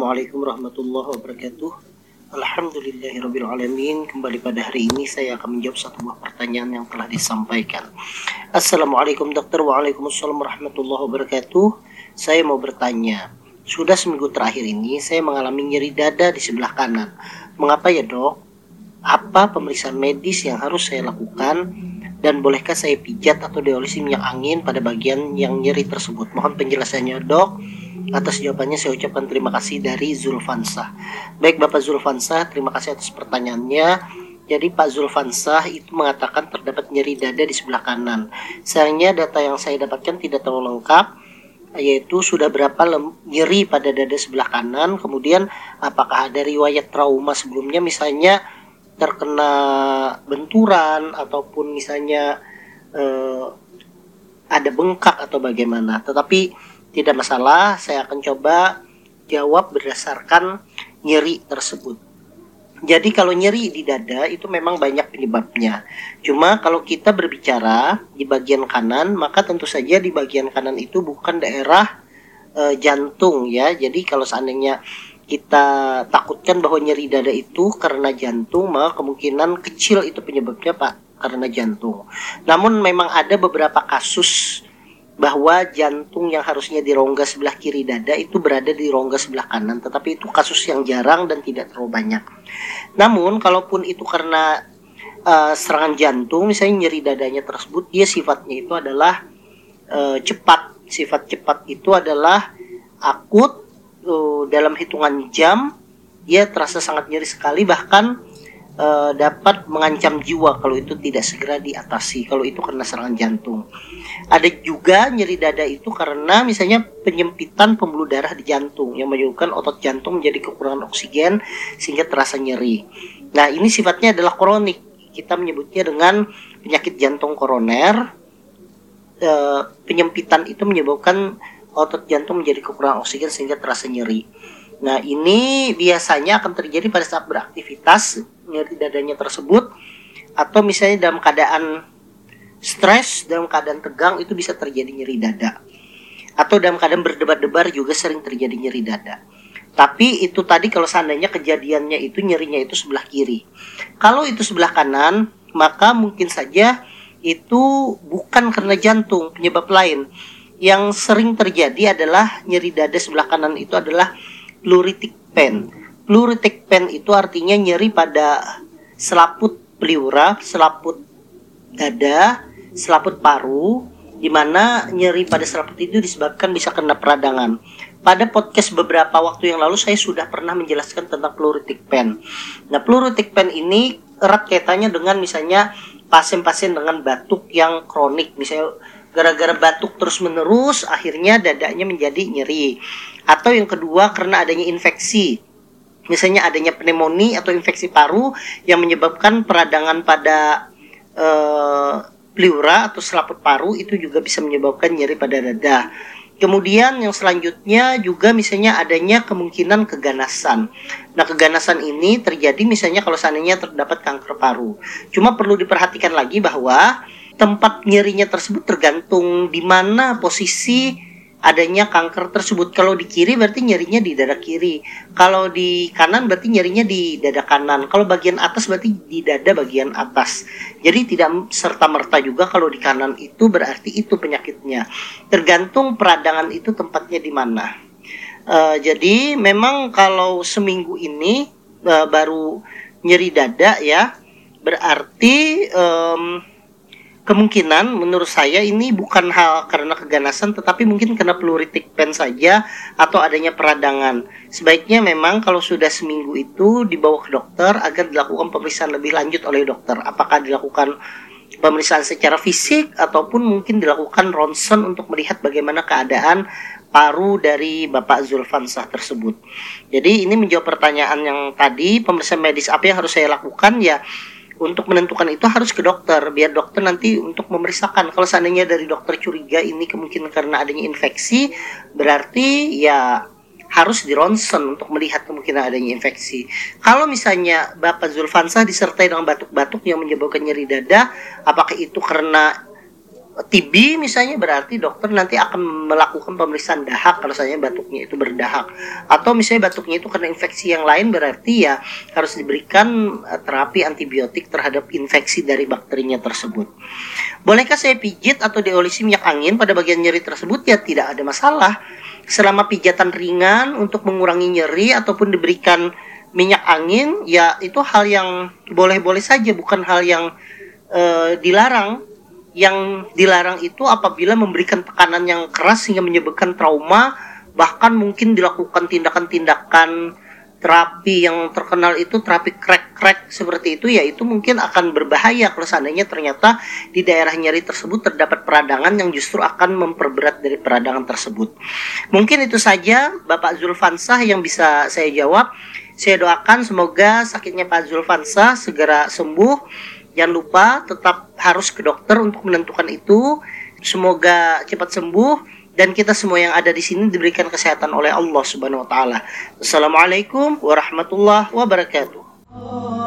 Assalamualaikum warahmatullahi wabarakatuh. Alhamdulillahirrabbilalamin. Kembali pada hari ini saya akan menjawab satu buah pertanyaan yang telah disampaikan. Assalamualaikum dokter. Waalaikumsalam warahmatullahi wabarakatuh. Saya mau bertanya, sudah seminggu terakhir ini saya mengalami nyeri dada di sebelah kanan. Mengapa ya dok? Apa pemeriksaan medis yang harus saya lakukan? Dan bolehkah saya pijat atau diolesi minyak angin pada bagian yang nyeri tersebut? Mohon penjelasannya dok. Atas jawabannya saya ucapkan terima kasih dari Zulfansah. Baik Bapak Zulfansah, terima kasih atas pertanyaannya. Jadi Pak Zulfansah itu mengatakan terdapat nyeri dada di sebelah kanan. Sayangnya data yang saya dapatkan tidak terlalu lengkap, yaitu sudah berapa nyeri pada dada sebelah kanan, kemudian apakah ada riwayat trauma sebelumnya, misalnya terkena benturan ataupun misalnya ada bengkak atau bagaimana. Tetapi tidak masalah, saya akan coba jawab berdasarkan nyeri tersebut. Jadi kalau nyeri di dada itu memang banyak penyebabnya. Cuma kalau kita berbicara di bagian kanan, maka tentu saja di bagian kanan itu bukan daerah jantung ya. Jadi kalau seandainya kita takutkan bahwa nyeri dada itu karena jantung, maka kemungkinan kecil itu penyebabnya Pak karena jantung. Namun memang ada beberapa kasus bahwa jantung yang harusnya di rongga sebelah kiri dada itu berada di rongga sebelah kanan, tetapi itu kasus yang jarang dan tidak terlalu banyak. Namun kalaupun itu karena serangan jantung, misalnya nyeri dadanya tersebut, dia sifatnya itu adalah cepat. Sifat cepat itu adalah akut, dalam hitungan jam dia terasa sangat nyeri sekali, bahkan dapat mengancam jiwa kalau itu tidak segera diatasi, kalau itu karena serangan jantung. Ada juga nyeri dada itu karena misalnya penyempitan pembuluh darah di jantung yang menyebabkan otot jantung menjadi kekurangan oksigen sehingga terasa nyeri. Nah, ini sifatnya adalah kronik. Kita menyebutnya dengan penyakit jantung koroner. Penyempitan itu menyebabkan otot jantung menjadi kekurangan oksigen sehingga terasa nyeri. Nah, ini biasanya akan terjadi pada saat beraktivitas, nyeri dadanya tersebut, atau misalnya dalam keadaan stres, dalam keadaan tegang itu bisa terjadi nyeri dada. Atau dalam keadaan berdebar-debar juga sering terjadi nyeri dada. Tapi itu tadi kalau seandainya kejadiannya itu nyerinya itu sebelah kiri. Kalau itu sebelah kanan, maka mungkin saja itu bukan karena jantung, penyebab lain. Yang sering terjadi adalah nyeri dada sebelah kanan itu adalah pleuritic pain. Pleuritic pain itu artinya nyeri pada selaput pleura, selaput dada, selaput paru, di mana nyeri pada selaput itu disebabkan bisa kena peradangan. Pada podcast beberapa waktu yang lalu saya sudah pernah menjelaskan tentang pleuritic pain. Nah, pleuritic pain ini erat kaitannya dengan misalnya pasien-pasien dengan batuk yang kronik, misalnya gara-gara batuk terus menerus akhirnya dadanya menjadi nyeri. Atau yang kedua karena adanya infeksi, misalnya adanya pneumonia atau infeksi paru yang menyebabkan peradangan pada pleura atau selaput paru, itu juga bisa menyebabkan nyeri pada dada. Kemudian yang selanjutnya juga misalnya adanya kemungkinan keganasan. Nah, keganasan ini terjadi misalnya kalau seandainya terdapat kanker paru. Cuma perlu diperhatikan lagi bahwa tempat nyerinya tersebut tergantung di mana posisi adanya kanker tersebut. Kalau di kiri berarti nyerinya di dada kiri. Kalau di kanan berarti nyerinya di dada kanan. Kalau bagian atas berarti di dada bagian atas. Jadi tidak serta-merta juga kalau di kanan itu berarti itu penyakitnya. Tergantung peradangan itu tempatnya di mana. Jadi memang kalau seminggu ini baru nyeri dada ya, berarti kemungkinan menurut saya ini bukan hal karena keganasan, tetapi mungkin karena pleuritic pain saja atau adanya peradangan. Sebaiknya memang kalau sudah seminggu itu dibawa ke dokter agar dilakukan pemeriksaan lebih lanjut oleh dokter. Apakah dilakukan pemeriksaan secara fisik ataupun mungkin dilakukan ronsen untuk melihat bagaimana keadaan paru dari Bapak Zulfansah tersebut. Jadi ini menjawab pertanyaan yang tadi, pemeriksaan medis apa yang harus saya lakukan ya. Untuk menentukan itu harus ke dokter, biar dokter nanti untuk memeriksakan. Kalau seandainya dari dokter curiga ini kemungkinan karena adanya infeksi, berarti ya harus di ronsen untuk melihat kemungkinan adanya infeksi. Kalau misalnya Bapak Zulfansah disertai dengan batuk-batuk yang menyebabkan nyeri dada, apakah itu karena TB misalnya, berarti dokter nanti akan melakukan pemeriksaan dahak kalau misalnya batuknya itu berdahak. Atau misalnya batuknya itu karena infeksi yang lain, berarti ya harus diberikan terapi antibiotik terhadap infeksi dari bakterinya tersebut. Bolehkah saya pijit atau diolesi minyak angin pada bagian nyeri tersebut? Ya tidak ada masalah. Selama pijatan ringan untuk mengurangi nyeri ataupun diberikan minyak angin, ya itu hal yang boleh-boleh saja, bukan hal yang dilarang. Yang dilarang itu apabila memberikan tekanan yang keras sehingga menyebabkan trauma, bahkan mungkin dilakukan tindakan-tindakan terapi yang terkenal itu terapi crack seperti itu, ya itu mungkin akan berbahaya kalau seandainya ternyata di daerah nyeri tersebut terdapat peradangan yang justru akan memperberat dari peradangan tersebut. Mungkin itu saja Bapak Zulfansah yang bisa saya jawab. Saya doakan semoga sakitnya Pak Zulfansah segera sembuh. Jangan lupa tetap harus ke dokter untuk menentukan itu. Semoga cepat sembuh dan kita semua yang ada di sini diberikan kesehatan oleh Allah Subhanahu wa taala. Assalamualaikum warahmatullahi wabarakatuh.